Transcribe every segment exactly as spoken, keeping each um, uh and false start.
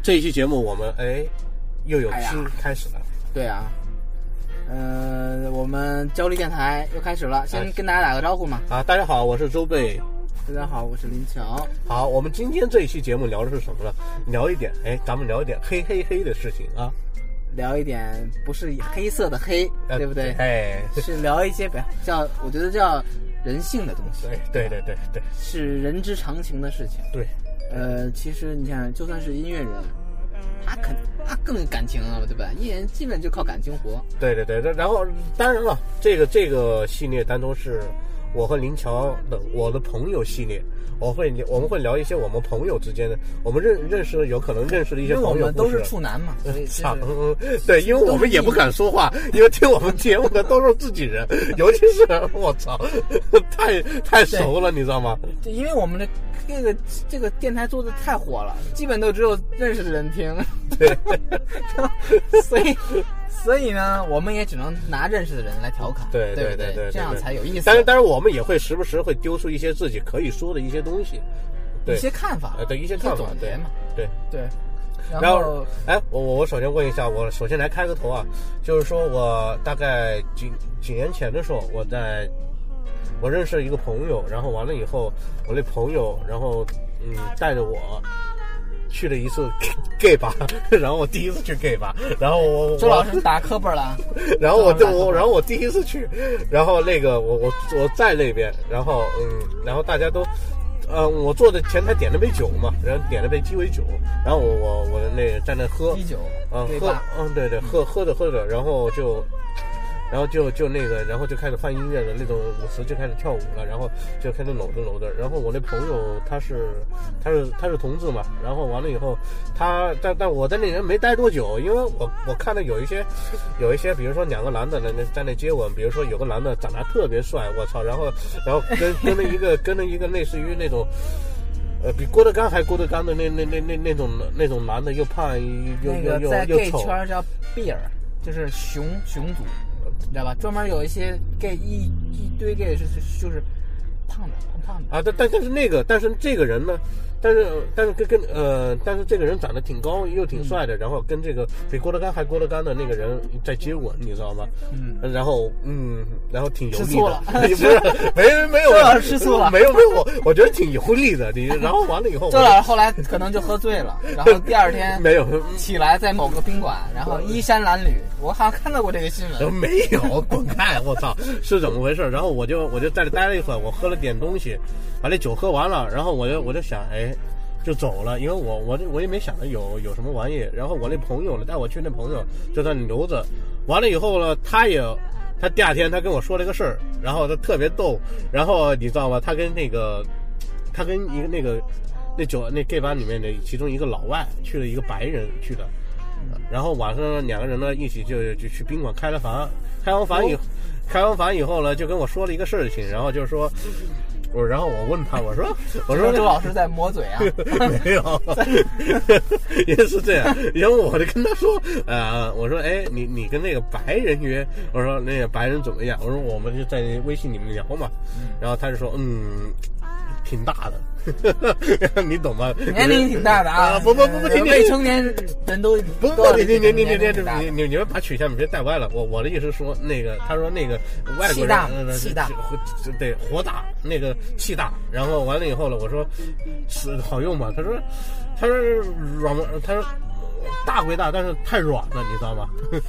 这一期节目我们哎又有新开始了。哎、 对啊，呃，我们焦虑电台又开始了，先跟大家打个招呼嘛。 啊，大家好，我是周贝。 大家好，我是林乔。 好，我们今天这一期节目聊的是什么呢？聊一点，哎，咱们聊一点黑黑黑的事情啊。 聊一点不是黑色的黑，呃、对不对？ 哎， 是聊一些叫我觉得叫人性的东西。 对对对对对， 是人之常情的事情。 对， 呃，其实你看，就算是音乐人，他肯他更感情了，对吧？艺人基本就靠感情活。 对对对，然后当然了，这个这个系列当中是我和林乔的我的朋友系列。我会我们会聊一些我们朋友之间的，我们认认识有可能认识的一些朋友故事。 因为我们都是处男嘛，所以、就是、 对，因为我们也不敢说话，因为听我们节目的都是自己人，尤其是我操，太太熟了，你知道吗？ 因为我们的这个这个电台做的太火了，基本都只有认识的人听， 对， 所以。所以呢，我们也只能拿认识的人来调侃， 对对对 对, 对, 对， 这样才有意思。 但是，但是我们也会时不时会丢出一些自己可以说的一些东西，对一些看法， 呃，对一些看法， 总结嘛， 对对。 然后，然后哎，我我首先问一下，我首先来开个头啊，就是说我大概几几年前的时候，我在我认识一个朋友，然后完了以后，我那朋友，然后嗯带着我。去了一次 gay 吧，然后我第一次去 gay 吧，然后我周老师打磕巴了， 然后我就我然后我第一次去，然后那个我我我在那边，然后嗯，然后大家都，呃，我坐的前台点了杯酒嘛，然后点了杯鸡尾酒，然后我我我那个在那喝啤酒， 嗯，喝嗯对对喝喝着喝着，然后就。然后就就那个，然后就开始放音乐的那种舞池，就开始跳舞了，然后就开始搂着搂着。然后我那朋友他是他是他是同志嘛，然后完了以后，他但但我在那人没待多久，因为我我看到有一些有一些，比如说两个男的在那在那接吻，比如说有个男的长得特别帅，我操，然后然后跟跟了一个跟了一个类似于那种。呃，比郭德纲还郭德纲的那那那那那种那种男的又胖又又又又在 gay 丑。 圈叫 bear， 就是熊熊族。你知道吧？专门有一些 gay 一一堆 gay 是就是胖的胖胖的啊，但但但是那个，但是这个人呢，但是但是跟跟呃，但是这个人长得挺高又挺帅的，嗯、然后跟这个比郭德纲还郭德纲的那个人在接吻，你知道吗？嗯，然后嗯，然后挺油腻的， 吃醋了， 不是没没有， 周老师吃醋了， 没有没有，我我觉得挺油腻的，你然后完了以后， 周老师后来可能就喝醉了，然后第二天没有起来在某个宾馆，然后衣衫褴褛，我好像看到过这个新闻， 没有，滚开，我操，是怎么回事？然后我就我就在这待了一会儿，我喝了点东西，把那酒喝完了，然后我就我就想，哎。就走了，因为我我我也没想到有有什么玩意，然后我那朋友呢带我去，那朋友就在那留着，完了以后呢，他也他第二天他跟我说了个事儿，然后他特别逗，然后你知道吗？他跟那个他跟一个那个那酒那 gay 吧里面的其中一个老外去了一个白人去的，然后晚上两个人呢一起就就去宾馆开了房，开完房以后、哦、开完房以后呢就跟我说了一个事情，然后就是说。我然后我问他，我说我说周老师在抹嘴啊？ 没有，也是这样。然后我就跟他说，呃，我说哎，你你跟那个白人约，我说那个白人怎么样？我说我们就在微信里面聊嘛。然后他就说，嗯，挺大的。你懂吗？ 年龄挺大的啊！ 不不不不， 未成年人都不不，你你你你你你你你们把取向你别带歪了。我我的意思是说，那个他说那个外国人气大， 对，火大，那个气大。然后完了以后了，我说是好用吗？他说他说软，他说大归大，但是太软了，你知道吗？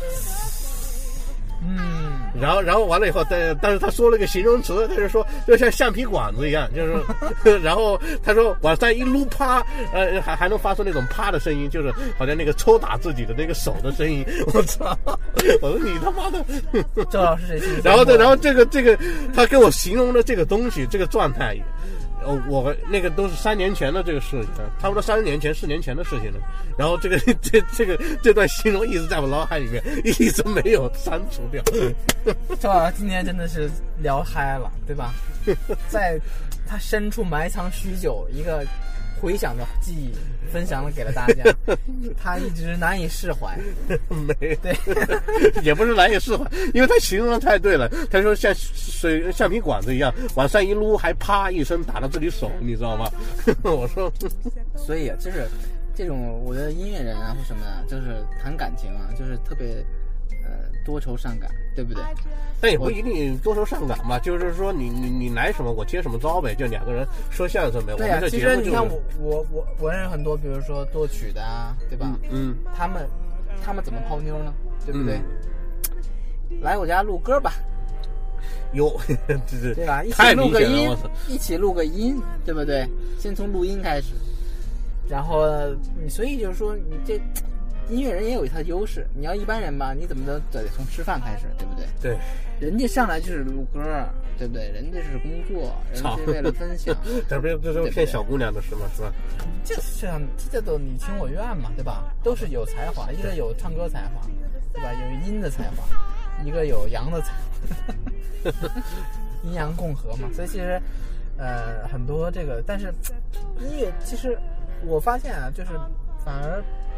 嗯， 然后，然后完了以后，但但是他说了个形容词，他就说就像橡皮管子一样，就是，然后他说往上一撸啪，呃，还还能发出那种啪的声音，就是好像那个抽打自己的那个手的声音。我操！我说你他妈的， 周老师这些。 然后，然后这个这个，他给我形容的这个东西，这个状态。哦，我那个都是三年前的这个事情，差不多三年前、四年前的事情了。然后这个这这个这段形容一直在我脑海里面，一直没有删除掉。 周老师今天真的是聊嗨了，对吧？在他深处埋藏许久一个回想的记忆，分享了给了大家，他一直难以释怀。 没对， 也不是难以释怀，因为他形容的太对了。他说像水橡皮管子一样，往上一撸，还啪一声打到自己手，你知道吗？我说， 所以就是这种我觉得音乐人啊或什么的，就是谈感情啊，就是特别呃多愁善感，对不对？ 但也不一定多愁善感嘛，就是说你你你来什么我接什么招呗，就两个人说相声呗。 对呀、啊，其实你看我我我我认识很多，比如说作曲的啊，对吧？ 嗯， 他们他们怎么泡妞呢？对不对？嗯、来我家录歌吧。 有， 对吧？一起录个音，一起录个音，对不对？先从录音开始，然后你所以就是说，你这音乐人也有他的优势。你要一般人吧，你怎么都得从吃饭开始，对不对？ 对， 人家上来就是录歌，对不对？人家是工作，人家是为了分享。 这不这都骗小姑娘的事嘛，是吧？ 这像这叫做你情我愿嘛，对吧？都是有才华，一个有唱歌才华，对吧？有音的才华，一个有阳的才华。阴阳共和嘛，所以其实呃很多这个，但是音乐其实我发现啊，就是反而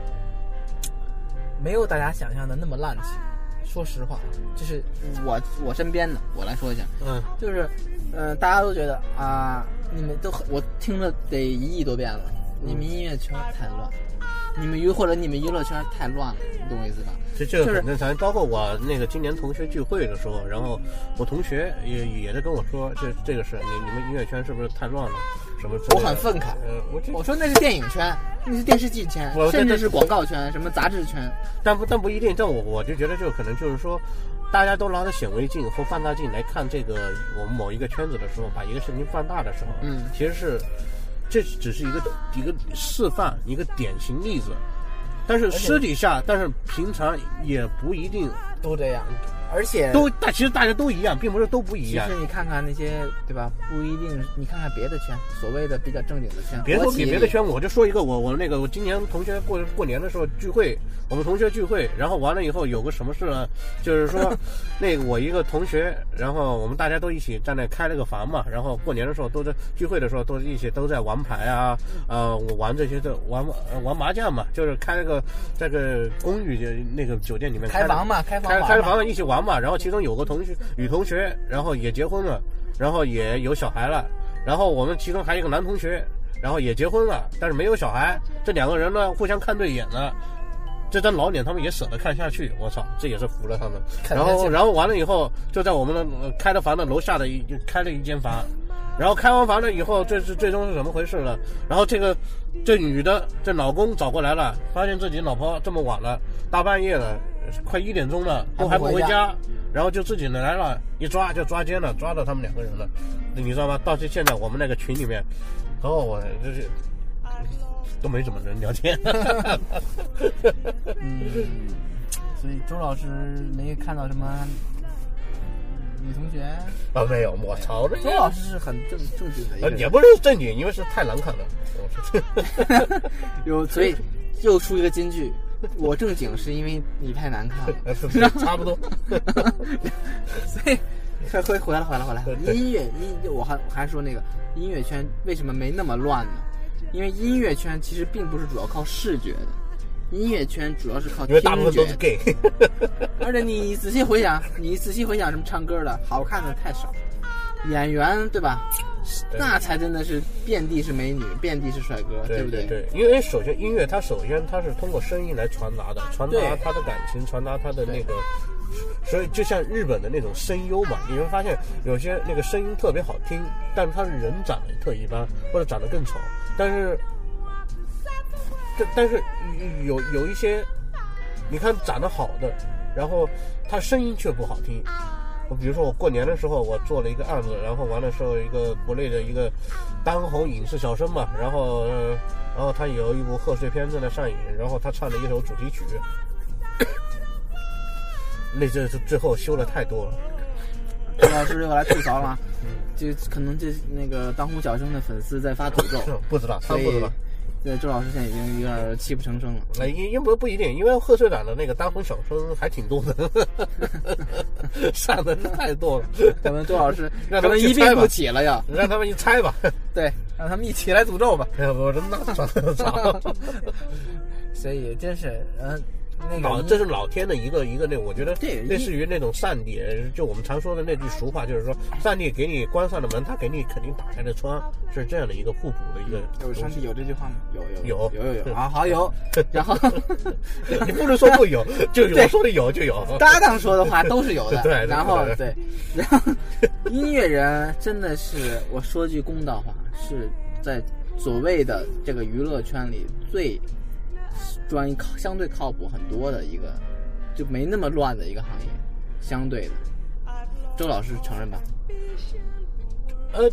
没有大家想象的那么烂气。说实话，就是我我身边的我来说一下， 嗯， 就是呃大家都觉得啊，你们都我听了得一亿多遍了，你们音乐圈太乱，你们娱或者你们娱乐圈太乱了，你懂我意思吧？ 这这个很正常，包括我那个今年同学聚会的时候，然后我同学也也在跟我说，这这个事，你你们音乐圈是不是太乱了？什么？ 我很愤慨。呃，我我说那是电影圈，那是电视剧圈，甚至是广告圈，什么杂志圈。 但不但不一定，这我我就觉得就可能就是说，大家都拿着显微镜或放大镜来看这个我们某一个圈子的时候，把一个事情放大的时候， 嗯， 其实是这只是一个一个示范，一个典型例子。但是私底下，但是平常也不一定都这样，而且都大其实大家都一样，并不是都不一样。 其实你看看那些对吧，不一定。你看看别的圈，所谓的比较正经的圈， 别说比别的圈，我就说一个，我我那个我今年同学过过年的时候聚会，我们同学聚会，然后完了以后有个什么事呢？就是说，那个我一个同学，然后我们大家都一起在那开了个房嘛，然后过年的时候都在聚会的时候都一起都在玩牌啊，呃，我玩这些的玩玩麻将嘛，就是开了个这个公寓的那个酒店里面开房嘛，开房开开房一起玩嘛，然后其中有个同学女同学，然后也结婚了，然后也有小孩了，然后我们其中还有一个男同学，然后也结婚了，但是没有小孩，这两个人呢互相看对眼了。这张老脸他们也舍得看下去，我操，这也是服了他们。然后，然后完了以后，就在我们的、呃、开的房的楼下的一就开了一间房，然后开完房了以后，这是最终是怎么回事呢？然后这个这女的这老公找过来了，发现自己老婆这么晚了，大半夜了，快一点钟了，都还不回家，然后就自己来了，一抓就抓奸了，抓到他们两个人了，你知道吗？到现在我们那个群里面，然后我就是。都没怎么人聊天。 嗯，所以周老师没看到什么女同学啊？没有，我操！ 周老师是很正正经的一个人， 也不是正经，因为是太难看了。 有，所以又出一个金句。我正经是因为你太难看了， 差不多。 所以回回来回来回来，音乐音，我还我还说那个音乐圈为什么没那么乱呢？因为音乐圈其实并不是主要靠视觉的，音乐圈主要是靠听觉， 因为大部分都是 gay。 而且你仔细回想，你仔细回想什么唱歌的，好看的太少，演员对吧？那才真的是遍地是美女，遍地是帅哥， 对不对？ 对，因为首先音乐它首先它是通过声音来传达的，传达它的感情，传达它的那个。所以就像日本的那种声优嘛，你会发现有些那个声音特别好听，但是他的人长得特一般，或者长得更丑。但是，但但是有有一些，你看长得好的，然后他声音却不好听。我比如说我过年的时候，我做了一个案子，然后完了时候一个国内的一个当红影视小生嘛，然后、呃、然后他有一部贺岁片正在上映，然后他唱了一首主题曲。那这最后修了太多了， 周老师又来吐槽了，就可能这那个当红小生的粉丝在发诅咒， 不知道，他不知道。 对，周老师现在已经有点泣不成声了。 哎，因不不一定，因为贺岁档的那个当红小生还挺多的，上的太多了。 咱们周老师让他们一病不起了呀， 让他们一猜吧。 对，让他们一起来诅咒吧。 哎呀，我真的操！ 所以真是，嗯。 那老个这是老天的一个一个那，我觉得对类似于那种上帝，就我们常说的那句俗话，就是说上帝给你关上的门，他给你肯定打开的窗，是这样的一个互补的一个。 有上帝有这句话吗？有有有有有有啊，好有。然后你不能说不有，就有说的有就有。 搭档说的话都是有的。 对， 然后对，然后音乐人真的是，我说句公道话，是在所谓的这个娱乐圈里最专一、相对靠谱很多的一个，就没那么乱的一个行业，相对的。周老师承认吧？ 呃，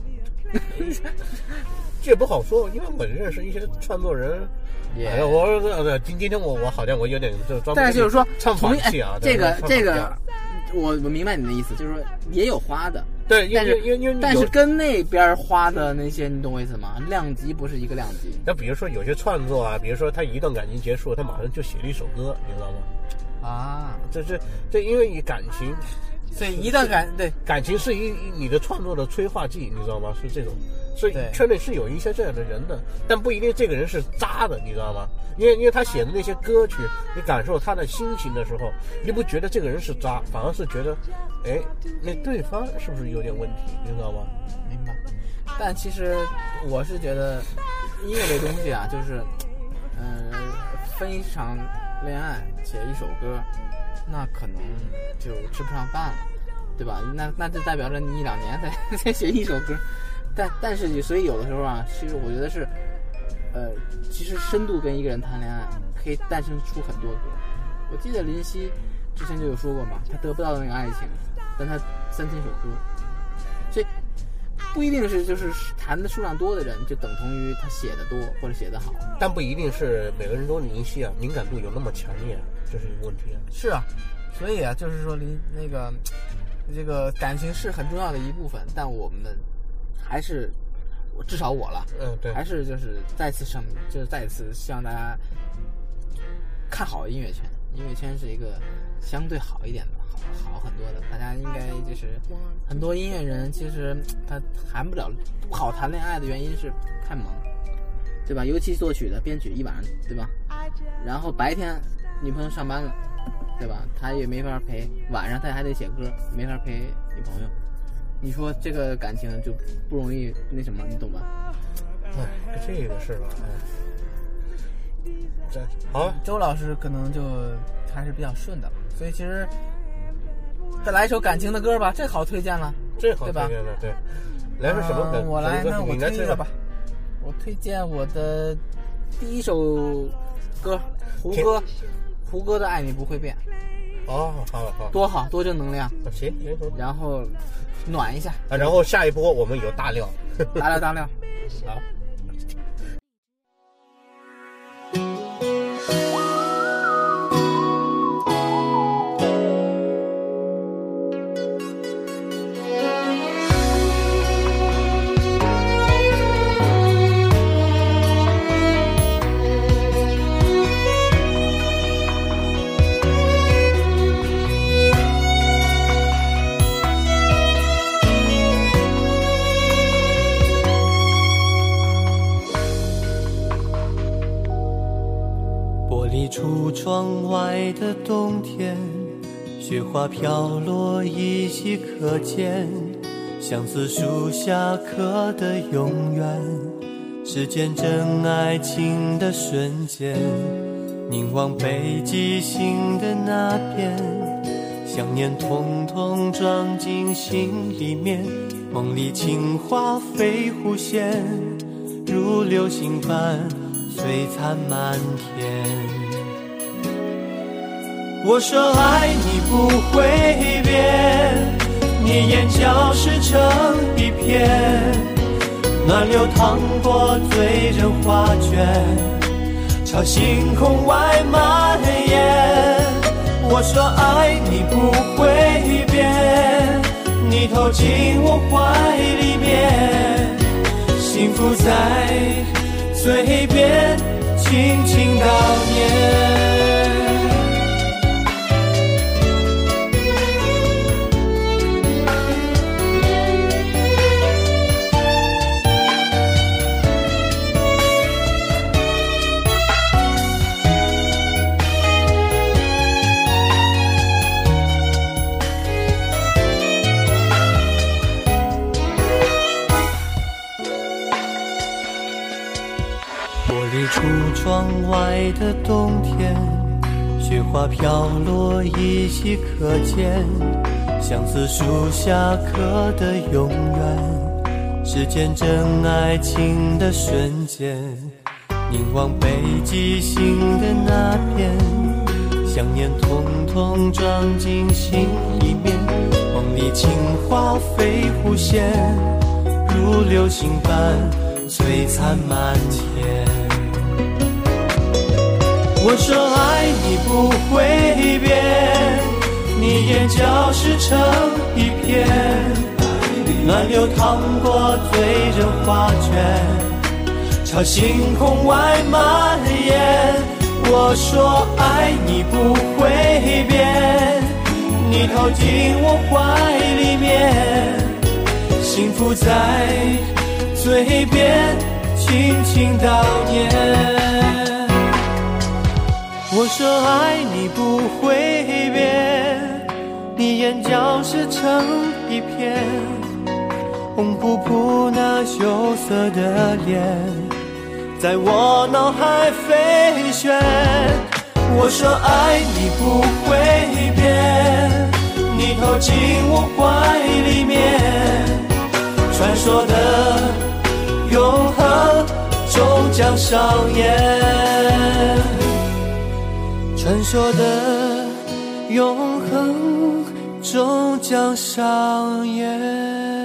这不好说，因为我认识一些创作人。 也、 yeah. 我呃，今今天我我好像我有点就专门， 但是就是说唱反气啊， 这个这个，我我明白你的意思，就是说也有花的， 对， 但是因为因为但是跟那边花的那些，你懂我意思吗？量级不是一个量级。 那比如说有些创作啊，比如说他一段感情结束，他马上就写了一首歌，你知道吗？ 啊， 这这这，因为你感情， 所以一段感对感情是一你的创作的催化剂，你知道吗？是这种。所以圈内是有一些这样的人的，但不一定这个人是渣的，你知道吗？因为因为他写的那些歌曲，你感受他的心情的时候，你不觉得这个人是渣，反而是觉得，哎，那对方是不是有点问题，你知道吗？ 明白。但其实我是觉得音乐这东西啊，就是，嗯、呃，分一场恋爱写一首歌，那可能就吃不上饭了，对吧？那那就代表着你一两年才才写一首歌。但但是所以有的时候啊，其实我觉得是，呃，其实深度跟一个人谈恋爱，可以诞生出很多歌。我记得林夕之前就有说过嘛，他得不到那个爱情，但他三千首歌，所以不一定是就是谈的数量多的人就等同于他写的多或者写的好， 但不一定是每个人都林夕啊，敏感度有那么强烈，这是一个问题啊。 是啊，所以啊，就是说林那个这个感情是很重要的一部分，但我们。还是，至少我了， 嗯，对， 还是就是再次声明，就是再次希望大家看好音乐圈，音乐圈是一个相对好一点的，好好很多的，大家应该就是很多音乐人其实他谈不了不好谈恋爱的原因是太忙，对吧？尤其作曲的编曲一晚上，对吧？然后白天女朋友上班了，对吧？他也没法陪，晚上他还得写歌，没法陪女朋友。你说这个感情就不容易那什么，你懂吧？ 哎，这个是吧？哎，这好， 周老师可能就还是比较顺的，所以其实再来一首感情的歌吧，这好推荐了， 这好推荐了，对。来首什么歌？ 呃、我来，那我推一个吧。我推荐我的第一首歌，胡歌，胡歌的《爱你不会变》。 哦，好好， 多好，多正能量。 行行行， 然后。暖一下啊，然后下一波我们有大料， 大料大料， 好。 窗外的冬天，雪花飘落依稀可见，相思树下刻的永远，是见证爱情的瞬间。凝望北极星的那边，想念统统装进心里面，梦里情话飞弧线，如流星般璀璨满天。我说爱你不会变，你眼角湿成一片，暖流淌过醉人画卷，朝星空外蔓延。我说爱你不会变，你投进我怀里面，幸福在嘴边轻轻悼念。 玻璃橱窗外的冬天，雪花飘落依稀可见，相思树下刻的永远，是见证爱情的瞬间。凝望北极星的那边，想念统统装进心里面，梦里情话飞弧线，如流星般璀璨满天。我说爱你不会变，你眼角湿成一片，暖流淌过醉人画卷，朝星空外蔓延。我说爱你不会变，你投进我怀里面，幸福在嘴边轻轻悼念。我说爱你不会变，你眼角湿成一片，红扑扑那羞涩的脸在我脑海飞旋。我说爱你不会变，你投进我怀里面，传说的永恒终将上演，传说的永恒终将上演。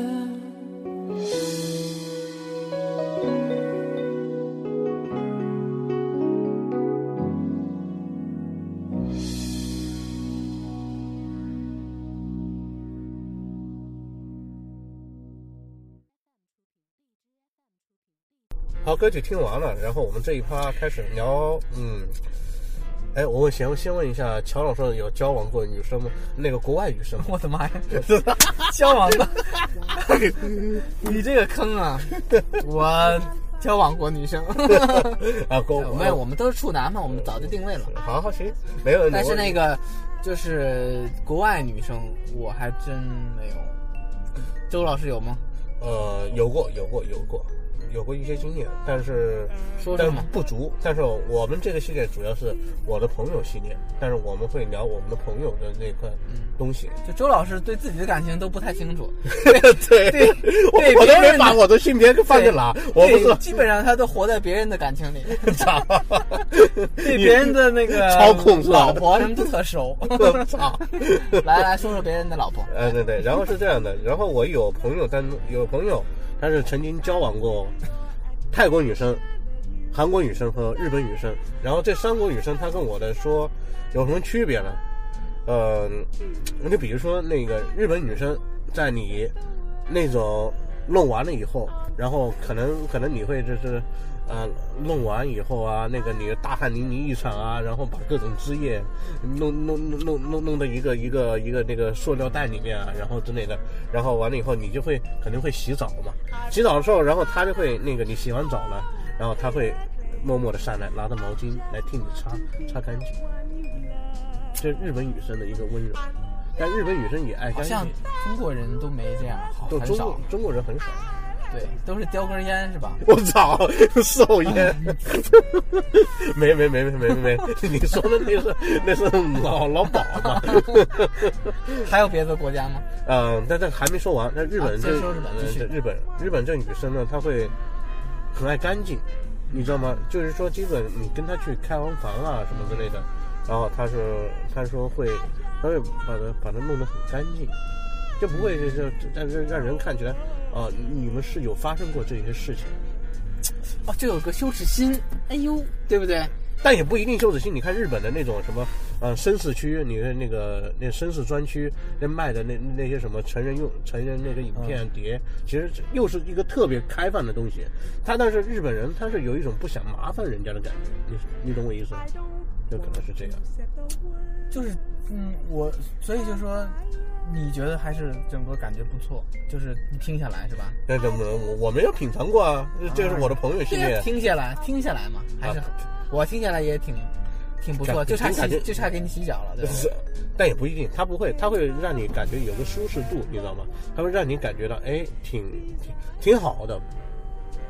好，歌曲听完了，然后我们这一趴开始聊，嗯，哎，我问先先问一下，乔老师有交往过女生吗？那个国外女生吗？ 我的妈呀，交往的，你这个坑啊！我交往过女生啊，国没有，我们都是处男嘛，我们早就定位了。 好好行，没有。 但是那个就是国外女生，我还真没有。周老师有吗？ 呃，有过，有过，有过。有过一些经验，但是说但不足。但是我们这个系列主要是我的朋友系列，但是我们会聊我们的朋友的那块东西。 就周老师对自己的感情都不太清楚， 对对对， 我我都没把我的性别放在哪，我不是基本上他都活在别人的感情里，对别人的那个操控是吧？ 老婆什么都特熟。 操！ 来来说说别人的老婆。 呃，对对，然后是这样的，然后我有朋友，但有朋友。他是曾经交往过泰国女生、韩国女生和日本女生，然后这三国女生她跟我的说有什么区别呢？呃，你比如说那个日本女生，在你那种弄完了以后，然后可能可能你会就是呃弄完以后啊，那个你大汗淋漓一场啊，然后把各种汁液弄弄弄弄弄弄到一个一个一个那个塑料袋里面啊，然后之类的，然后完了以后你就会肯定会洗澡嘛，洗澡的时候，然后他就会那个你洗完澡了，然后他会默默的上来拿着毛巾来替你擦擦干净，这是日本女生的一个温柔，但日本女生也爱干净， 好像中国人都没这样， 都中很少， 中国人很少。 对，都是叼根烟是吧？ 我操，手烟，没没没没没没，你说的那是那是老老鸨嘛？ 还有别的国家吗？ 嗯，但但还没说完。那日本这、 啊、说日本， 日本日本这女生呢，她会很爱干净，你知道吗？就是说，基本你跟她去开完房啊什么之类的，然后她是她说会，她会把它把它弄得很干净。就不会就是让让人看起来啊、呃，你们是有发生过这些事情， 哦，就有个羞耻心，哎呦，对不对？ 但也不一定羞耻心。你看日本的那种什么，呃，绅士区，你的那个那绅士专区那卖的那那些什么成人用成人那个影片碟，嗯、其实又是一个特别开放的东西。他但是日本人他是有一种不想麻烦人家的感觉，你你懂我意思吗？就可能是这样。 就是嗯，我所以就说。你觉得还是整个感觉不错，就是你听下来是吧？ 那怎么我我没有品尝过啊，这是我的朋友系列。 听下来，听下来嘛，还是、啊、我听下来也挺挺不错，就差洗就差给你洗脚了，对吧？ 是，但也不一定，他不会，他会让你感觉有个舒适度，你知道吗？他会让你感觉到哎，挺挺挺好的，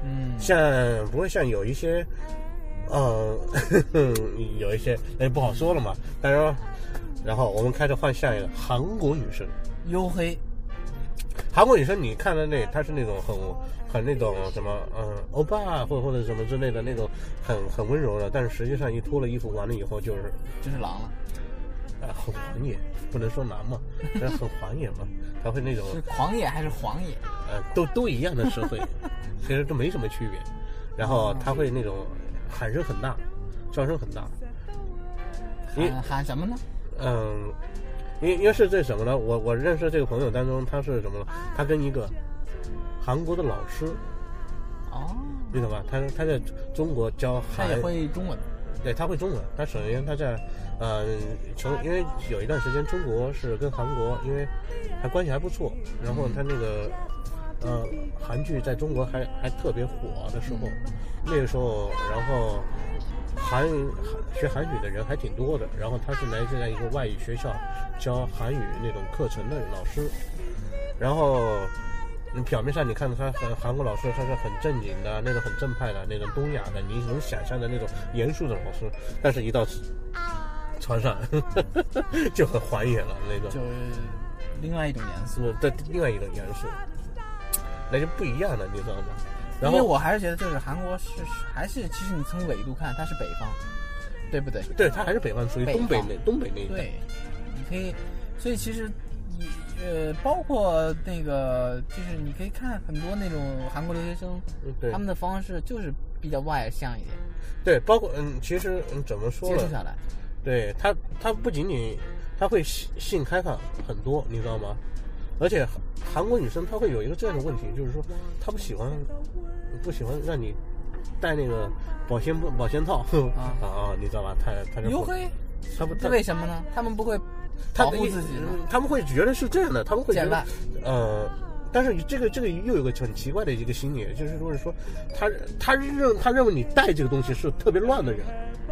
嗯， 像不会像有一些，呃，有一些哎不好说了嘛。但是，然后我们开始换下一个韩国女生。 黝黑， 韩国女生你看的那，她是那种很很那种什么，嗯，欧巴啊，或者或者什么之类的那种很很温柔的，但是实际上一脱了衣服完了以后就是就是狼了。 啊，很狂野，不能说狼嘛，但是很狂野嘛，他会那种是狂野还是黄野？ 呃，都都一样的社会，其实都没什么区别。然后他会那种喊声很大，叫声很大。 喊喊什么呢？ 嗯，因因为是这什么呢？我我认识这个朋友当中，他是什么呢？他跟一个韩国的老师， 哦， 你懂吧？他他在中国教韩， 他也会中文。 对，他会中文。他首先他在，呃，从因为有一段时间中国是跟韩国，因为还关系还不错，然后他那个，呃，韩剧在中国还还特别火的时候，那个时候，然后韩学韩语的人还挺多的。然后他是来自在一个外语学校教韩语那种课程的老师，然后。你表面上你看到他很韩国老师，他是很正经的那种，很正派的那种东亚的，你能想象的那种严肃的老师，但是一到床上呵呵就很还原了那种， 就是另外一种严肃， 的另外一种严肃，那就不一样了，你知道吗？然后因为我还是觉得，就是韩国是还是，其实你从纬度看，它是北方，对不对？ 对，它还是北方，属于东北那东北那一带。 对，你可以，所以其实。呃，包括那个，就是你可以看很多那种韩国留学生，他们的方式就是比较外向一点。 对，包括嗯，其实嗯，怎么说呢？ 接触下来， 对他，他不仅仅他会性性开放很多，你知道吗？而且韩国女生她会有一个这样的问题，就是说她不喜欢不喜欢让你戴那个保鲜保鲜套啊啊，你知道吧？她她就黝黑， 她不， 这为什么呢？他们不会。保护自己， 他们会觉得是这样的，他们会觉得， 呃， 但是这个这个又有个很奇怪的一个心理，就是说是说，他他认他认为你带这个东西是特别乱的人，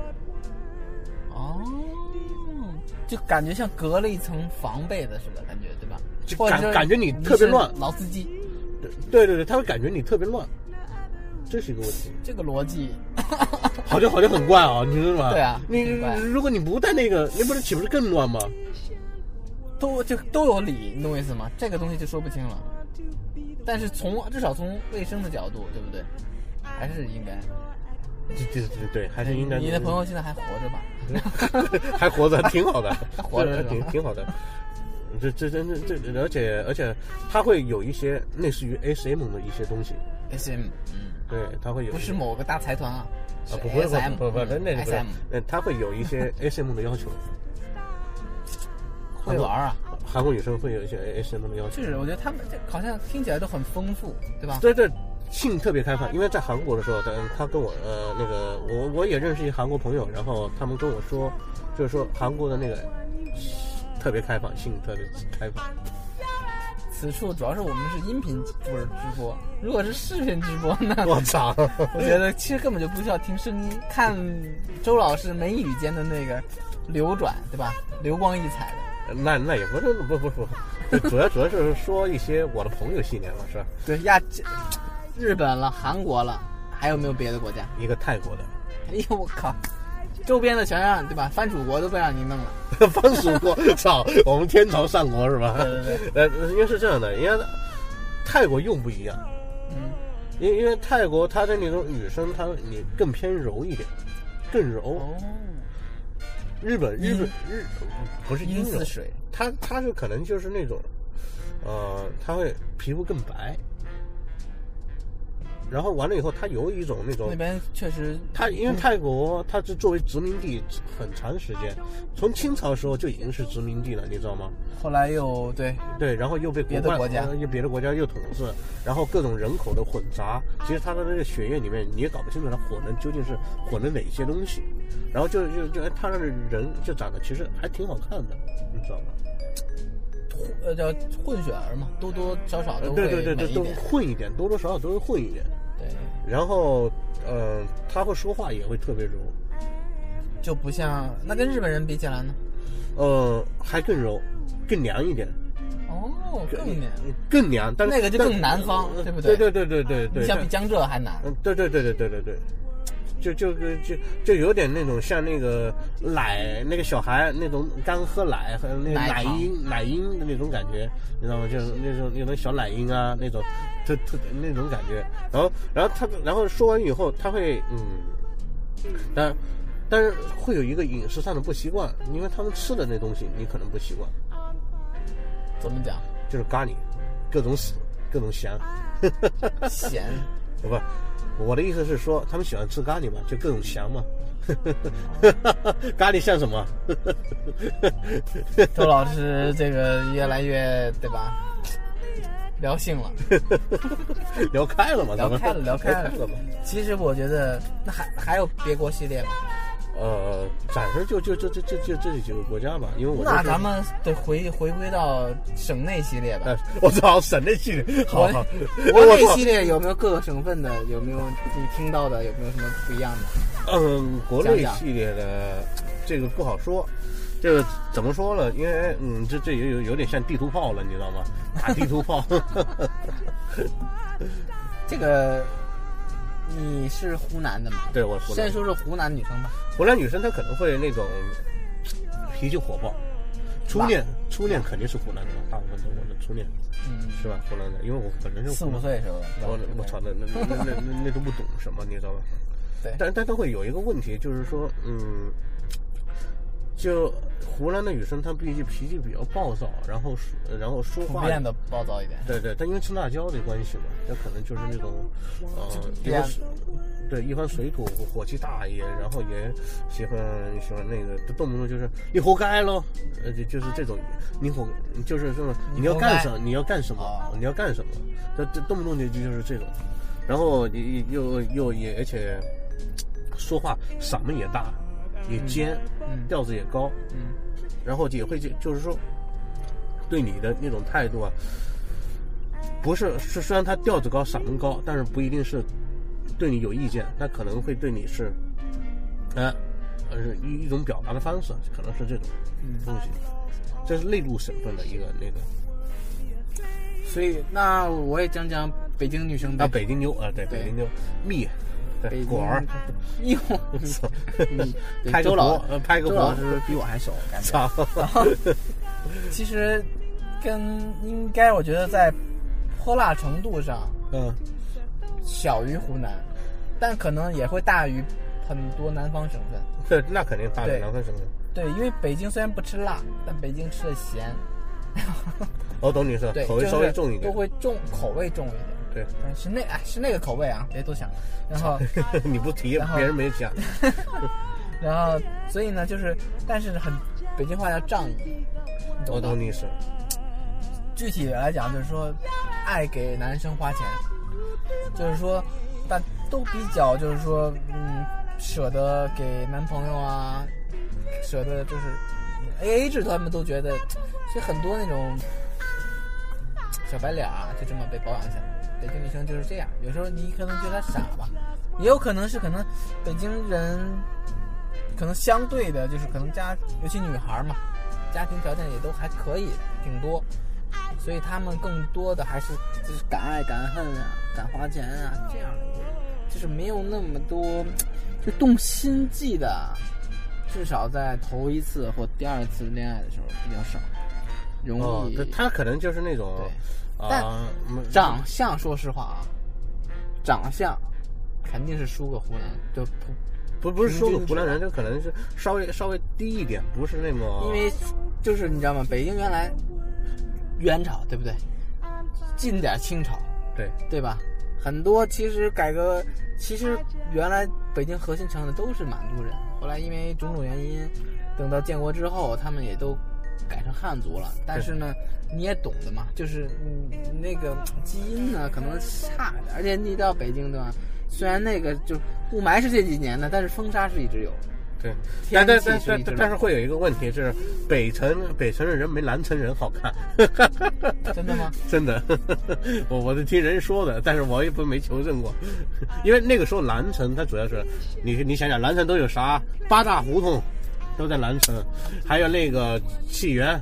哦，就感觉像隔了一层防备的似的感觉，对吧？ 就感感觉你特别乱， 老司机， 对对对，他会感觉你特别乱，这是一个问题。 这个逻辑好像好像很怪啊，你知道吗？ 对啊， 你如果你不带那个，你不是岂不是更乱吗？ 都就都有理，你懂我意思吗？这个东西就说不清了。但是从至少从卫生的角度，对不对？还是应该。 对对对对，还是应该。 你的朋友现在还活着吧？ 还活着，挺好的， 还活着， 挺挺好的。这这这这这，而且而且，他会有一些类似于 S M 的一些东西。 S M， 嗯， 对，他会有。 不是某个大财团啊。 啊，不会， S M， 不不不，那那 S M， 嗯，他会有一些 S M 的要求。 会玩啊！ 韩国女生会有一些 S M 的要求。 就是，我觉得他们这好像听起来都很丰富，对吧？ 对对，性特别开放。因为在韩国的时候，他他跟我呃那个我我也认识一韩国朋友，然后他们跟我说，就是说韩国的那个特别开放，性特别开放。 此处主要是我们是音频不是直播，如果是视频直播呢？ 我操！ 我觉得其实根本就不需要听声音，看周老师眉宇间的那个流转，对吧？流光溢彩的。 那那也不是不不不，主要主要是说一些我的朋友系列嘛，是吧？ 对呀，日本了，韩国了，还有没有别的国家？ 一个泰国的。 哎呦我靠！周边的全让对吧？藩属国都被让你弄了。 藩属国，操！我们天朝上国是吧？ 对对对。 呃，因为是这样的，因为泰国用不一样。 嗯。 因因为泰国它的那种女生，她你更偏柔一点，更柔。 哦。 日本日本日不是阴似水， 它它是可能就是那种，呃，它会皮肤更白。然后完了以后，它有一种那种那边确实， 它因为泰国它是作为殖民地很长时间，从清朝时候就已经是殖民地了，你知道吗？ 后来又对对，然后又被别的国家又别的国家又统治，然后各种人口的混杂，其实它的这个血液里面你也搞不清楚它混的究竟是混了哪些东西，然后就就就它的人就长得其实还挺好看的，你知道吗？ 呃，叫混血儿嘛，多多少少都会对对对对，都混一点，多多少少都会混一点。 对， 然后，呃，他会说话也会特别柔， 就不像那跟日本人比起来呢， 呃，还更柔，更凉一点。 哦， 哦，更凉， 更凉，但是那个就更南方，对不对？ 对对对对对对， 相比江浙还南。 嗯，对对对对对对对。就就就就有点那种像那个奶那个小孩那种刚喝奶和那个奶婴奶婴的那种感觉，你知道吗？就是那种那种小奶婴啊那种，特特那种感觉。然后然后他然后说完以后，他会嗯，但但是会有一个饮食上的不习惯，因为他们吃的那东西你可能不习惯。 怎么讲？ 就是咖喱，各种死，各种咸， 咸， 不。我的意思是说，他们喜欢吃咖喱嘛，就各种咸嘛。咖喱像什么？ 周老师这个越来越对吧？聊性了， 聊开了嘛？ 聊开了，聊开了。其实我觉得，那还还有别国系列吗？ 呃，暂时就就就就就就这几个国家吧，因为我那咱们得回回归到省内系列吧。 呃、我操，省内系列，好好。 国内系列有没有各个省份的？有没有你听到的？有没有什么不一样的？ 嗯，国内系列的这个不好说。这个怎么说呢？因为嗯，这这有有点像地图炮了，你知道吗？打地图炮。 这个。你是湖南的吗？ 对，我是湖南。 先说说湖南女生吧。 湖南女生她可能会那种脾气火爆，初恋初恋肯定是湖南的嘛，大部分都我的初恋，嗯，是吧？湖南的，因为我本身是四五岁时候， 我我操，那那那那那那都不懂什么，你知道吗？ 对， 但但都会有一个问题，就是说，嗯，就湖南的女生她毕竟脾气比较暴躁，然后然后说话变得暴躁一点。 对对，但因为吃辣椒的关系嘛，这可能就是那种呃，一方对一方水土火气大也，然后也喜欢喜欢那个，动不动就是你活该咯，呃，就就是这种你活就是说你要干什么你要干什么你要干什么，这这动不动就就是这种，然后你又又也而且说话嗓门也大。也尖，嗯，调子也高，嗯，然后也会就是说，对你的那种态度啊，不是是虽然他调子高、嗓门高，但是不一定是对你有意见，他可能会对你是，呃，呃一一种表达的方式，可能是这种东西。嗯、这是内陆省份的一个那个。 所以，那我也讲讲北京女生呗。 啊，北京妞啊，对，北京妞蜜。 北果儿， 哟， 你拍个老拍个周老师比我还熟，感觉。其实跟应该我觉得在泼辣程度上， 嗯， 小于湖南，但可能也会大于很多南方省份。 对，那肯定大于南方省份。 对，因为北京虽然不吃辣，但北京吃的咸。 我懂你说，口味稍微重一点， 都会重，口味重一点。 对， 是那哎是那个口味啊，别多想。然后你不提，别人没讲。 然后，所以呢，就是，但是很北京话叫仗义。 我懂你是。 具体来讲，就是说，爱给男生花钱，就是说，但都比较，就是说，嗯，舍得给男朋友啊，舍得就是 A A 制，他们都觉得，其实很多那种小白脸啊，就这么被包养下来。北京女生就是这样，有时候你可能觉得傻吧，也有可能是可能北京人可能相对的就是可能家，尤其女孩嘛，家庭条件也都还可以，挺多，所以他们更多的还是就是敢爱敢恨啊，敢花钱啊这样的，就是没有那么多就动心计的，至少在头一次或第二次恋爱的时候比较少，容易。 哦、他可能就是那种。 但长相，说实话啊，长相肯定是输个湖南，就不不不是输个湖南人，这可能是稍微稍微低一点，不是那么。 因为就是你知道吗？北京原来元朝对不对？近点清朝， 对对吧？很多其实改革，其实原来北京核心城的都是满族人，后来因为种种原因，等到建国之后，他们也都改成汉族了，但是呢。你也懂的嘛，就是嗯那个基因呢可能差点，而且你到北京对吧？虽然那个就雾霾是这几年的，但是风沙是一直有。 对，但但但但但是会有一个问题，就是北城北城的人没南城人好看。 真的吗？ 真的，我我是听人说的，但是我也不没求证过。因为那个时候南城它主要是你你想想南城都有啥？八大胡同都在南城，还有那个戏园。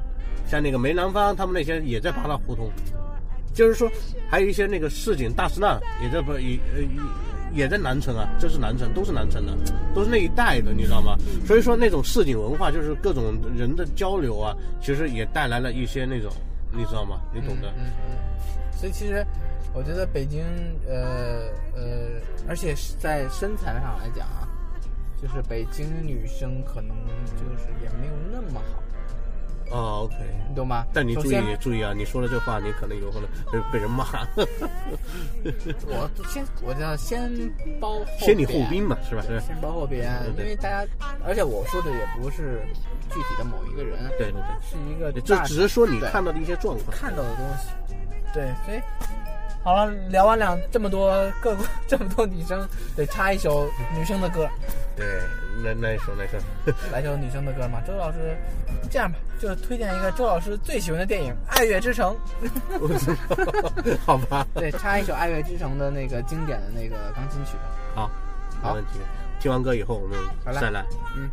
像那个梅兰芳他们那些也在八大胡同，就是说还有一些那个市井大石烂也在不也呃也在南城啊，这是南城，都是南城的，都是那一带的，你知道吗？所以说那种市井文化就是各种人的交流啊，其实也带来了一些那种，你知道吗？你懂的。 嗯嗯嗯。所以其实我觉得北京呃呃，而且在身材上来讲啊，就是北京女生可能就是也没有那么好。 哦 ，OK， 你懂吗？ 但你注意注意啊！你说了这话，你可能有可能被被人骂。 我先，我叫先褒后先礼后兵嘛，是吧？是先褒后贬，因为大家，而且我说的也不是具体的某一个人， 对对对， 是一个， 这只是说你看到的一些状况， 看到的东西。对，所以好了，聊完两这么多各个这么多女生，得插一首女生的歌。 对，那那一首那一首， 来首女生的歌嘛。周老师，这样吧，就推荐一个周老师最喜欢的电影《爱乐之城》。 好吧。 对，插一首《爱乐之城》的那个经典的那个钢琴曲吧。 好，没问题。听完歌以后，我们再来。 嗯。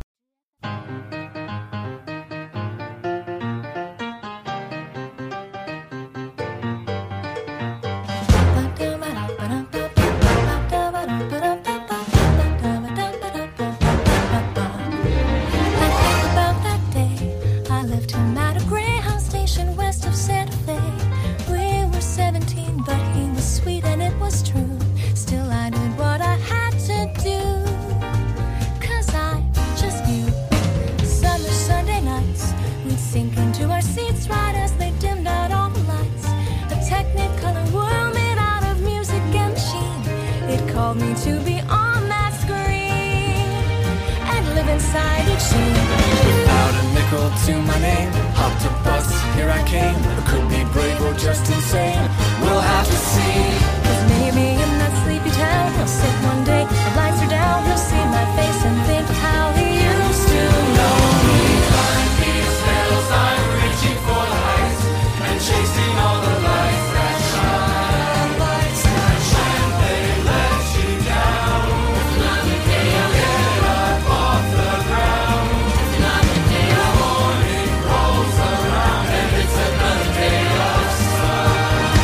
Called me to be on that screen and live inside each scene. Without a nickel to my name, hopped a bus, here I came. I could be brave or just insane, we'll have to see. Cause maybe in that sleepy town, he'll sit one day, the lights are down, he'll see my face and think how he used to know me. Behind these hills, I'm reaching for the heights and chasing all the lights that shine. Lights that shine, they let you down. If another day I'll get up off the ground. If another day the morning rolls around and it's another day of sun.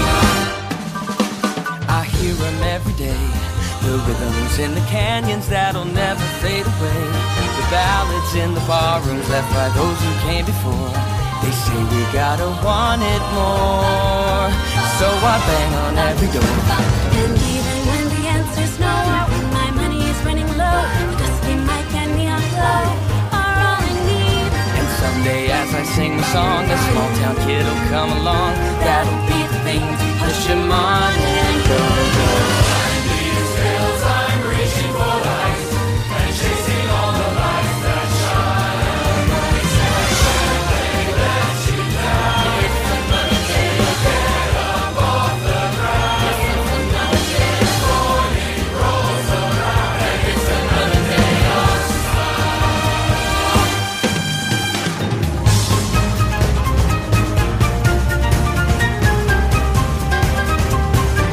I hear them every day, the rhythms in the canyons that'll never fade away, the ballads in the barrooms left by those who came before. They say we gotta want it more, so I bang on every door. And even when the answer's no, when my money is running low, the dusty mic and neon glow are all I need. And someday as I sing the song, a small town kid'll come along. That'll be the thing to push him on and go, go. Behind these hills, I'm reaching for the heights and chasing all the lights that shine. Lights that shine, they let you down. If another day you get up off the ground. If another day the morning rolls around and it's another day of sun.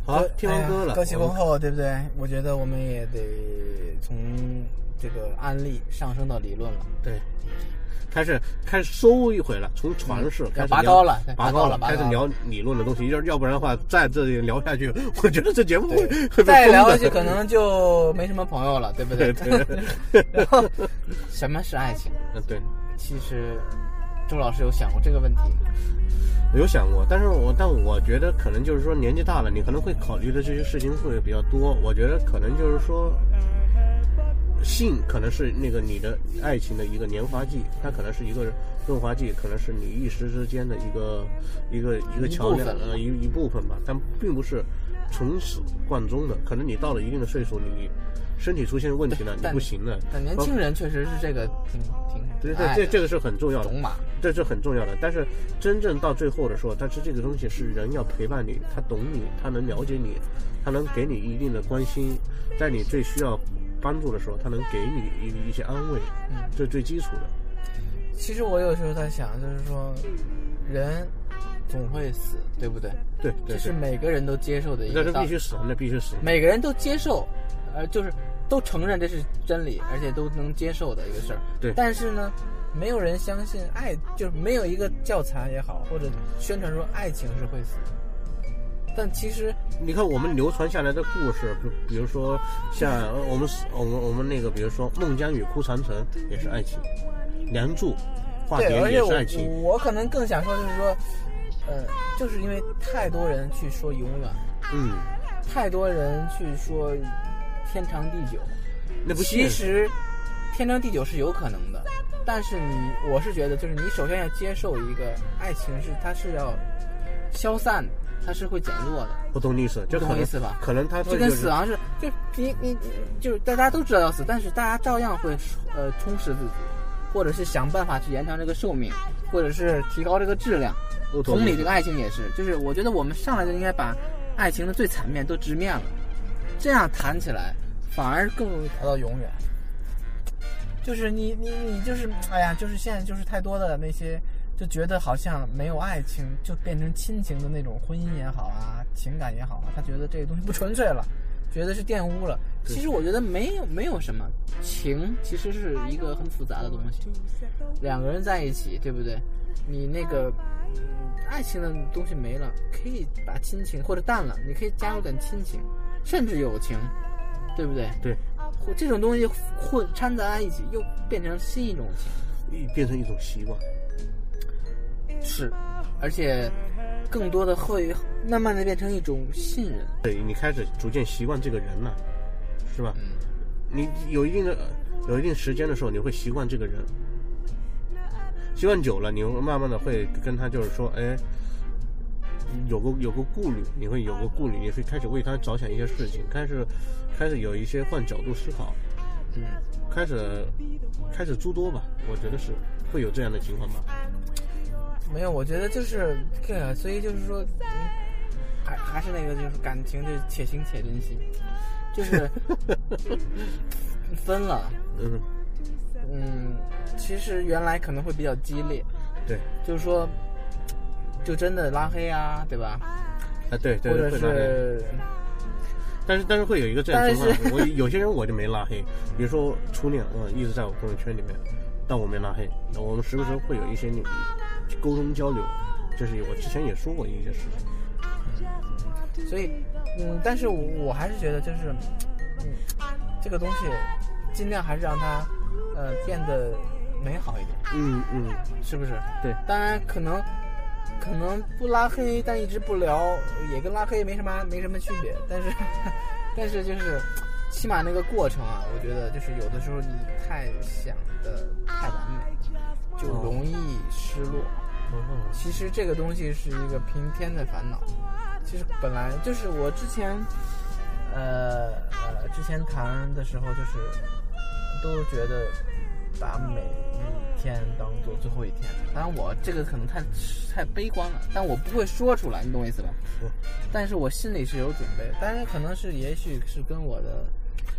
好，听完歌了， 哎、歌曲过后，对不对？我觉得我们也得从这个案例上升到理论了。 对，开始开始收一回了，从传世、嗯、开始拔高了， 拔高了，开始聊理论的东西。要要不然的话，在这里聊下去，我觉得这节目会会再聊下去，可能就没什么朋友了，对不对？ 对。 然后，什么是爱情？ 嗯，对。 其实，周老师有想过这个问题吗？ 有想过，但是我但我觉得可能就是说年纪大了，你可能会考虑的这些事情会比较多。我觉得可能就是说，性可能是那个你的爱情的一个年华剂，它可能是一个润滑剂，可能是你一时之间的一个一个一个桥梁呃一一部分吧，但并不是从始贯终的。可能你到了一定的岁数，你身体出现问题了，你不行了。 但年轻人确实是这个挺挺对对，这这个是很重要的， 懂马， 这是很重要的。但是真正到最后的时候，但是这个东西是人要陪伴你，他懂你，他能了解你，他能给你一定的关心，在你最需要帮助的时候，他能给你一一些安慰，嗯，这是最基础的。 其实我有时候在想，就是说，人总会死，对不对？ 对，对这是每个人都接受的一个道理， 那必须死，那必须死。 每个人都接受，呃，就是都承认这是真理，而且都能接受的一个事儿。 对。 但是呢，没有人相信爱，就是没有一个教材也好，或者宣传说爱情是会死的。但其实你看我们流传下来的故事，比如说像我们我们我们那个，比如说孟姜女哭长城也是爱情，梁祝化蝶也是爱情。 我, 我可能更想说就是说，呃，就是因为太多人去说永远， 嗯， 太多人去说天长地久， 那不其实天长地久是有可能的，但是你我是觉得就是你首先要接受一个爱情是它是要消散的。它是会减弱的， 我懂你意思，就懂我意思吧？ 可能它就跟死亡是，就你你就是大家都知道要死，但是大家照样会呃充实自己，或者是想办法去延长这个寿命，或者是提高这个质量。同理，这个爱情也是，就是我觉得我们上来就应该把爱情的最惨面都直面了，这样谈起来反而更容易达到永远。就是你你你就是哎呀，就是现在就是太多的那些。就觉得好像没有爱情就变成亲情的那种婚姻也好啊，情感也好啊，他觉得这个东西不纯粹了，觉得是玷污了。其实我觉得没有没有什么情，其实是一个很复杂的东西。两个人在一起，对不对？你那个、嗯、爱情的东西没了，可以把亲情或者淡了，你可以加入点亲情，甚至友情，对不对？ 对。 这种东西混掺杂在一起，又变成新一种情， 变成一种习惯。 是，而且更多的会慢慢的变成一种信任。 对，你开始逐渐习惯这个人了，是吧？嗯、你有一定的有一定时间的时候，你会习惯这个人，习惯久了，你会慢慢的会跟他就是说，哎，有个有个顾虑，你会有个顾虑，你会开始为他着想一些事情，开始开始有一些换角度思考，嗯，开始开始诸多吧，我觉得是会有这样的情况吧。 没有，我觉得就是这个，所以就是说，嗯、还还是那个，就是感情就且行且珍惜，就是分了，嗯嗯，其实原来可能会比较激烈， 对， 就是说，就真的拉黑啊，对吧？ 啊，对对， 或者是， 但是但是会有一个这样的情况，我有些人我就没拉黑，比如说初恋，嗯，一直在我朋友圈里面，但我没拉黑，我们时不时会有一些那个。沟通交流，就是我之前也说过一些事情， 嗯，所以，嗯，但是我我还是觉得就是，嗯，这个东西尽量还是让它，呃，变得美好一点， 嗯嗯， 是不是？ 对， 当然可能可能不拉黑，但一直不聊，也跟拉黑没什么没什么区别，但是但是就是起码那个过程啊，我觉得就是有的时候你太想的太完美，就容易失落。 哦、 其实这个东西是一个平天的烦恼。其实本来就是我之前，呃呃，之前谈的时候，就是都觉得把每一天当做最后一天。当然我这个可能太太悲观了，但我不会说出来，你懂我意思吧？ 嗯。 但是我心里是有准备，当然可能是也许是跟我的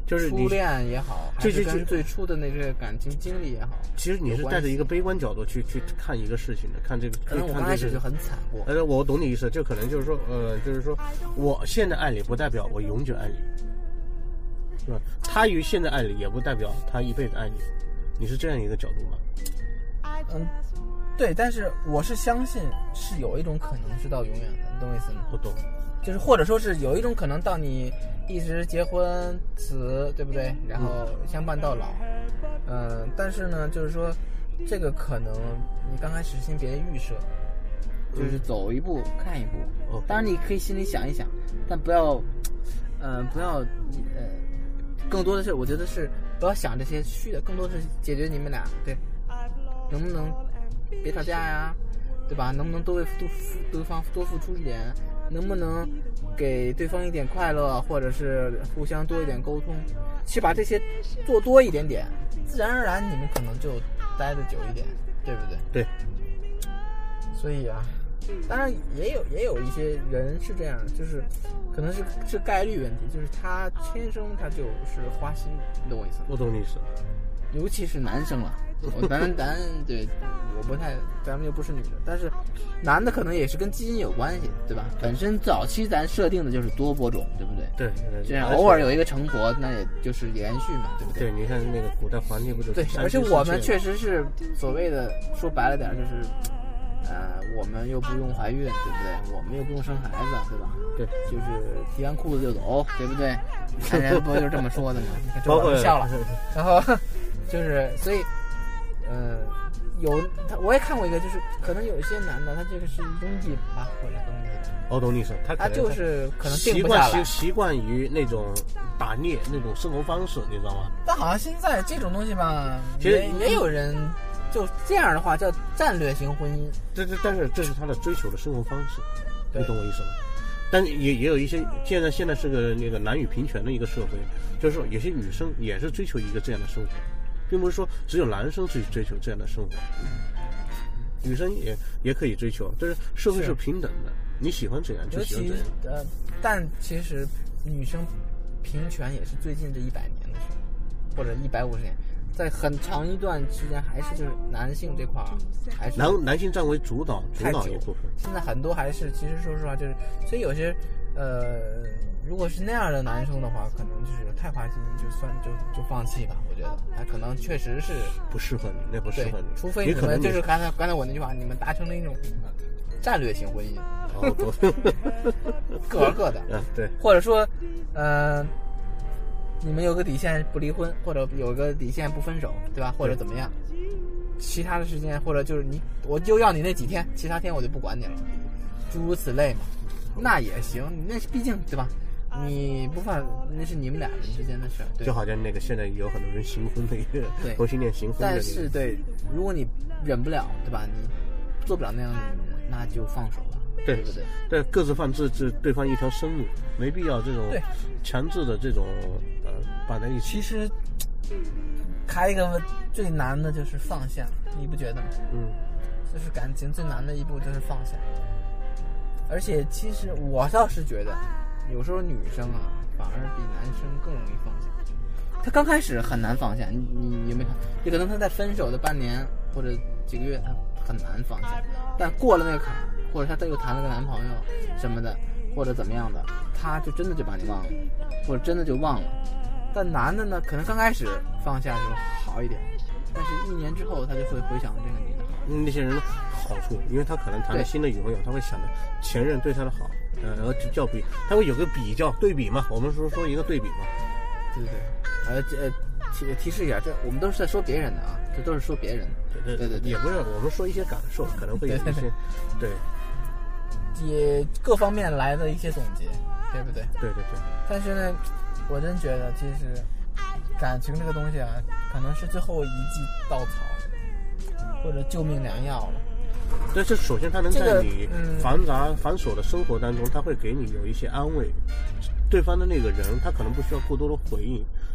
就是你初恋也好，还就是就跟最初的那个感情经历也好， 其实你是带着一个悲观角度去去看一个事情的，看这个。 可能我看这个刚开始就很惨过。 呃，我懂你意思，就可能就是说，呃，就是说我现在爱你不代表我永久爱你，是吧？他于现在爱你也不代表他一辈子爱你，你是这样一个角度吗？ 嗯，对，但是我是相信是有一种可能是到永远的，你懂我意思吗？ 我懂。 就是或者说是有一种可能到你一直结婚死，对不对？然后相伴到老。嗯、呃，但是呢，就是说这个可能你刚开始先别预设，就是走一步看一步。 嗯、 当然你可以心里想一想，但不要，呃，不要，呃，更多的是我觉得是不要想这些虚的，更多的是解决你们俩对，能不能别吵架呀，对吧？能不能多为对对方多付出一点？能不能给对方一点快乐，或者是互相多一点沟通，去把这些做多一点点，自然而然你们可能就待得久一点，对不对？ 对。 所以啊，当然也有也有一些人是这样，就是可能是是概率问题，就是他天生他就是花心，你懂我意思吗？ 我懂你意思。 尤其是男生了，我咱咱对，我不太，咱们又不是女的，但是男的可能也是跟基因有关系，对吧？本身早期咱设定的就是多播种，对不对？ 对， 这样偶尔有一个成活，那也就是延续嘛，对不对？ 对，你看那个古代皇帝不就对，而且我们确实是所谓的说白了点，就是呃，我们又不用怀孕，对不对？我们又不用生孩子，对吧？ 对， 就是提完裤子就走，对不对？男人不就是这么说的吗？你看周包括老师笑了，然后。就是所以，呃，有他我也看过一个，就是可能有一些男的，他这个是一种瘾吧，或者东西。 我懂你意思，他他就是可能定习惯不下来， 习习惯于那种打猎那种生活方式，你知道吗？ 但好像现在这种东西吧， 其实也也有人就这样的话叫战略型婚姻。 这这但是这是他的追求的生活方式，你懂我意思吗？但也也有一些现在现在是个那个男女平权的一个社会，就是说有些女生也是追求一个这样的生活。并不是说只有男生去追求这样的生活，女生也也可以追求，就是社会是平等的，你喜欢怎样就喜欢怎样。 呃，但其实女生平权也是最近这一百年的事，或者一百五十年，在很长一段时间还是就是男性这块还是男男性占为主导主导一部分。 现在很多还是其实说实话就是，所以有些呃。如果是那样的男生的话，可能就是太花心，就算就就放弃吧。我觉得他可能确实是不适合你，那不适合你。 除非你们就是刚才刚才我那句话，你们达成了一种战略性婚姻， 哦， 各玩各的。 嗯，对。 或者说，呃，你们有个底线不离婚，或者有个底线不分手，对吧？或者怎么样？其他的时间，或者就是你，我就要你那几天，其他天我就不管你了，诸如此类嘛。那也行，那毕竟对吧？你不犯，那是你们俩人之间的事儿。 就好像那个现在有很多人行婚的一个同性恋行婚的、那个， 但是对，如果你忍不了，对吧？你做不了那样的女人，那就放手吧， 对对不对？ 对，各自放置置对方一条生路，没必要这种强制的这种呃绑在一起。 其实开一个最难的就是放下，你不觉得吗？ 嗯， 就是感情最难的一步就是放下。而且其实我倒是觉得。有时候女生啊，反而比男生更容易放下。她刚开始很难放下，你你有没有看？也可能她在分手的半年或者几个月，她很难放下。但过了那个坎，或者她又谈了个男朋友什么的，或者怎么样的，她就真的就把你忘了，或者真的就忘了。但男的呢，可能刚开始放下就好一点，但是一年之后，他就会回想这个女的好。 嗯，那些人的好处，因为他可能谈了新的女朋友，他会想着前任对他的好。呃，然后就较比，他会有个比较对比嘛？我们说说一个对比嘛。 对对对，呃呃，提提示一下，这我们都是在说别人的啊，这都是说别人的。 对对对对， 也不是我们说一些感受，可能会有一些，对， 也各方面来的一些总结，对不对？ 对对对。 但是呢，我真觉得其实感情这个东西啊，可能是最后一剂稻草，或者救命良药了。 但是首先他能在你繁杂繁琐的生活当中，他会给你有一些安慰。对方的那个人，他可能不需要过多的回应，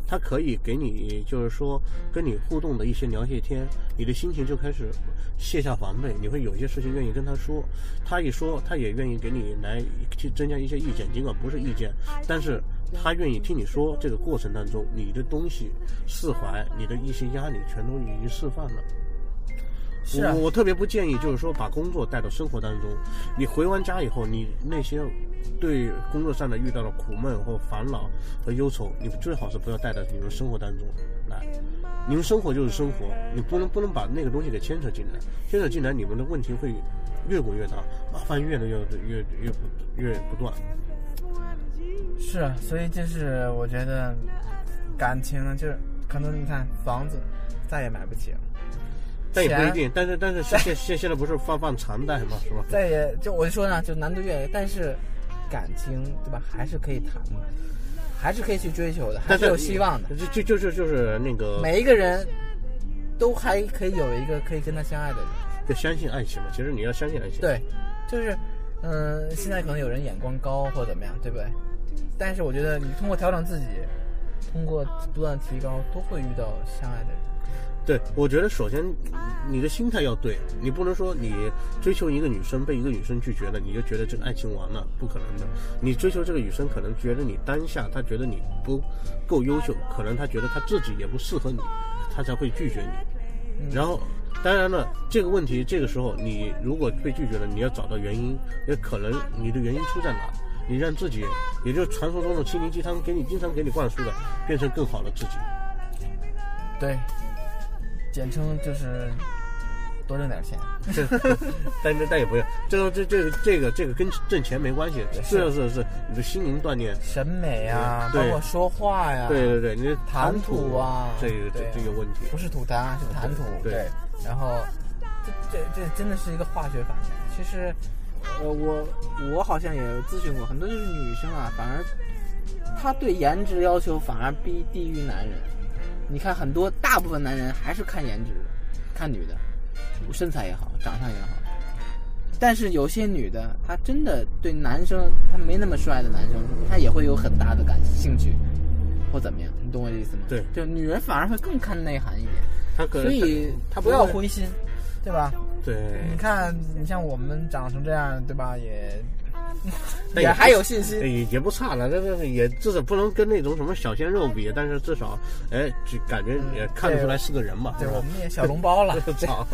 它可以给你就是说跟你互动的一些聊些天，你的心情就开始卸下防备，你会有些事情愿意跟他说，他一说他也愿意给你来去增加一些意见，尽管不是意见，但是他愿意听你说，这个过程当中你的东西释怀，你的一些压力全都已经释放了。 是啊我我特别不建议就是说把工作带到生活当中，你回完家以后，你那些对工作上的遇到的苦闷或烦恼和忧愁，你最好是不要带到你们生活当中来。你们生活就是生活，你不能不能把那个东西给牵扯进来，牵扯进来你们的问题会越滚越大，麻烦越来越越越不越不断。 是啊，所以就是我觉得感情呢，就是可能你看房子再也买不起了。 但也不一定，但是但是现现现在不是放放长贷嘛，是吧？ 再也就我就说呢，就难度越来越，但是感情对吧，还是可以谈的，还是可以去追求的，还是有希望的。 就就就是就是那个每一个人都还可以有一个可以跟他相爱的人， 就相信爱情嘛。其实你要相信爱情。 对，就是嗯、呃，现在可能有人眼光高或怎么样，对不对？但是我觉得你通过调整自己，通过不断提高，都会遇到相爱的人。 对，我觉得首先你的心态要对，你不能说你追求一个女生被一个女生拒绝了，你就觉得这个爱情完了，不可能的。你追求这个女生，可能觉得你当下她觉得你不够优秀，可能她觉得她自己也不适合你，她才会拒绝你。然后当然了，这个问题这个时候你如果被拒绝了，你要找到原因，也可能你的原因出在哪，你让自己也就是传说中的心灵鸡汤给你经常给你灌输的，变成更好的自己。 对，简称就是多挣点钱。 但是但也不用，这个这这个这个这个跟挣钱没关系，是是是，你的心灵锻炼、 审美啊， 对包括说话呀， 对对对，你的谈吐吐啊， 这个这对这个问题不是吐痰，是谈吐。 对对然后这这这真的是一个化学反应。其实，呃，我我好像也咨询过很多，就是女生啊，反而她对颜值要求反而低低于男人。你看很多大部分男人还是看颜值，看女的，身材也好，长相也好。但是有些女的，她真的对男生，她没那么帅的男生，她也会有很大的感兴趣，或怎么样？你懂我的意思吗？ 对， 就女人反而会更看内涵一点。 他可能所以他不要灰心，对吧？ 对， 你看，你像我们长成这样，对吧？也但也还有信心， 也也不差了，但是也至少不能跟那种什么小鲜肉比，但是至少哎，就感觉也看得出来是个人嘛。 对，我们也小笼包了， 操，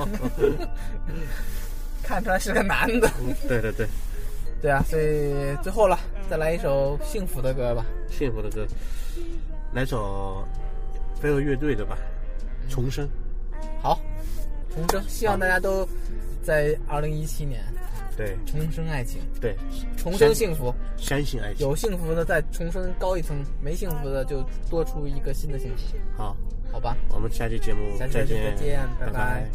看出来是个男的。 对对对， 对啊，所以最后了，再来一首幸福的歌吧。 幸福的歌，来首飞儿乐队的吧，《重生》。 好，重生，希望大家都在二零一七年对重生爱情， 对， 重生幸福， 相信爱情。 有幸福的再重生高一层，没幸福的就多出一个新的幸福。 好， 好吧， 我们下期节目下期再见， 再见，拜拜拜。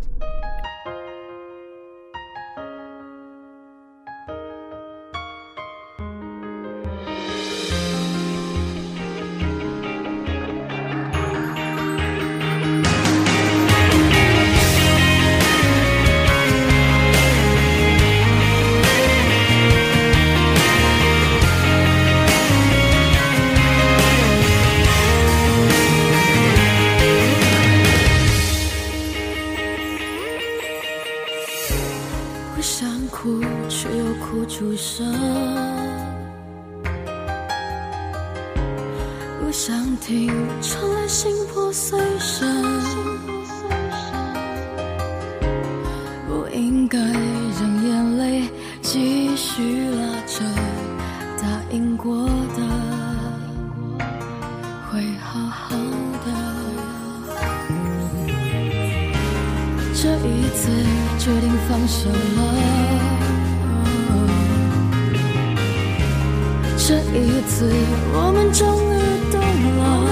不想哭，却又哭出声；不想听，传来心破碎声。不应该让眼泪继续拉扯，答应过的会好好的。这一次决定放手了，这一次我们终于懂了，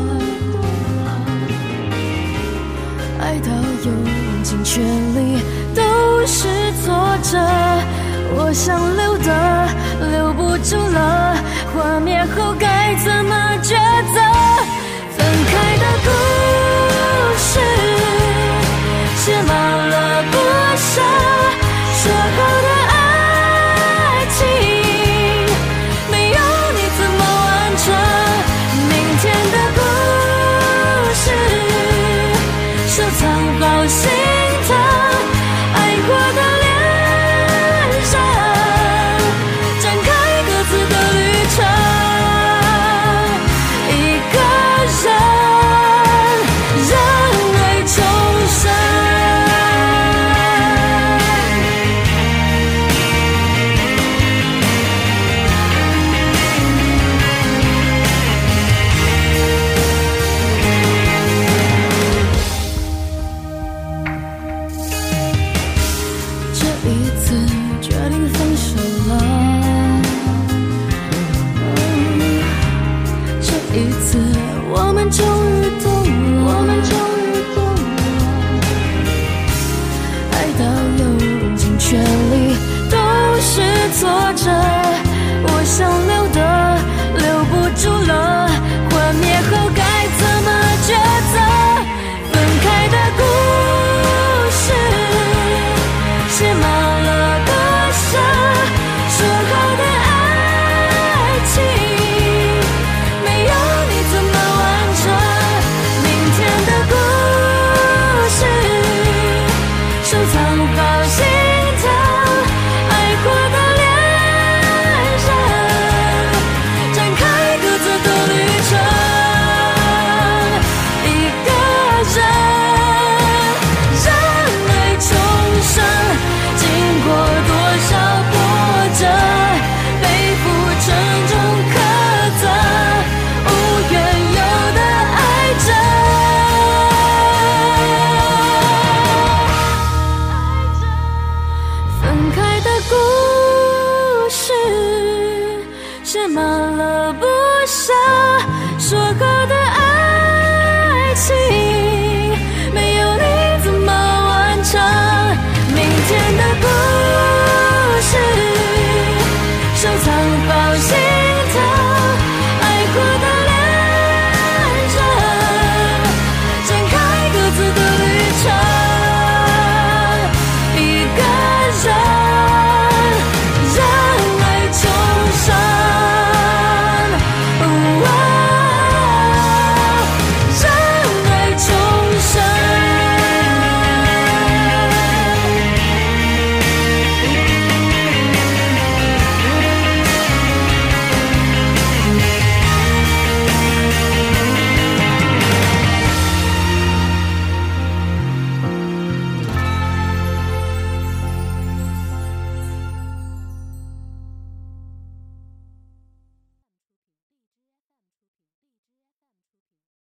爱到用尽全力都是挫折，我想留的留不住了，幻灭后该怎么抉择？